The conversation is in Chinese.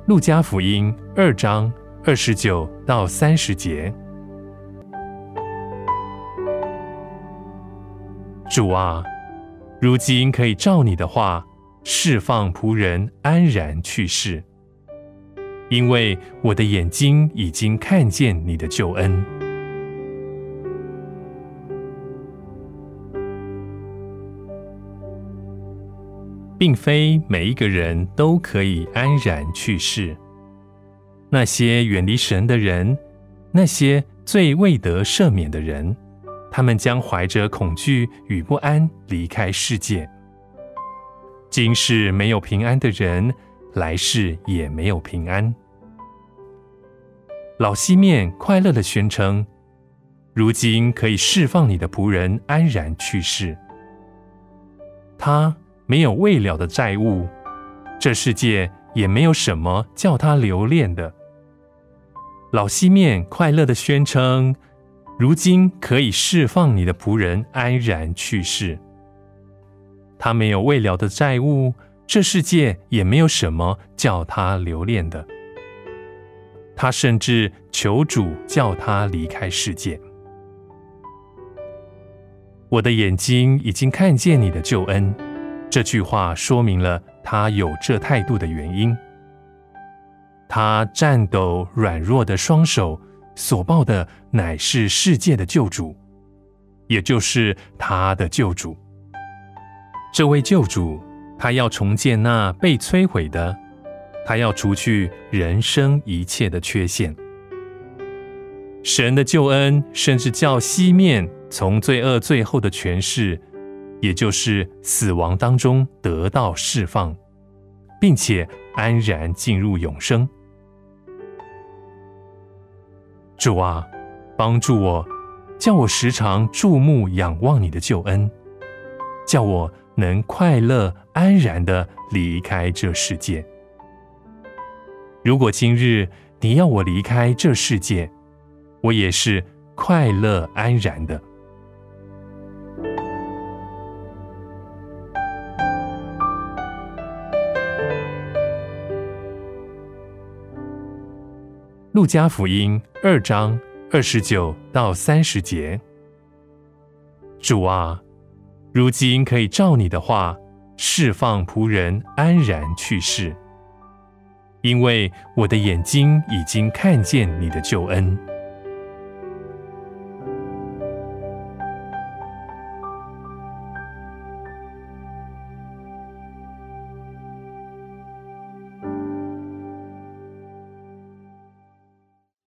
路加福音2章29到30节。主啊，如今可以照你的话，释放仆人安然去世，因为我的眼睛已经看见你的救恩。并非每一个人都可以安然去世。那些远离神的人，那些罪未得赦免的人，他们将怀着恐惧与不安离开世界。今世没有平安的人，来世也没有平安。老西面快乐地宣称，如今可以释放你的仆人安然去世。他没有未了的债务，这世界也没有什么叫他留恋的。老西面快乐地宣称，如今可以释放你的仆人安然去世。他没有未了的债务，这世界也没有什么叫他留恋的。他甚至求主叫他离开世界。我的眼睛已经看见你的救恩。这句话说明了他有这态度的原因。他颤抖软弱的双手所抱的乃是世界的救主，也就是他的救主。这位救主，他要重建那被摧毁的，他要除去人生一切的缺陷。神的救恩甚至叫西面从罪恶最后的权势，也就是死亡当中得到释放，并且安然进入永生。主啊，帮助我，叫我时常注目仰望你的救恩，叫我能快乐安然地离开这世界。如果今日你要我离开这世界，我也是快乐安然的。路加福音2章29到30节。主啊，如今可以照你的话，释放仆人安然去世，因为我的眼睛已经看见你的救恩。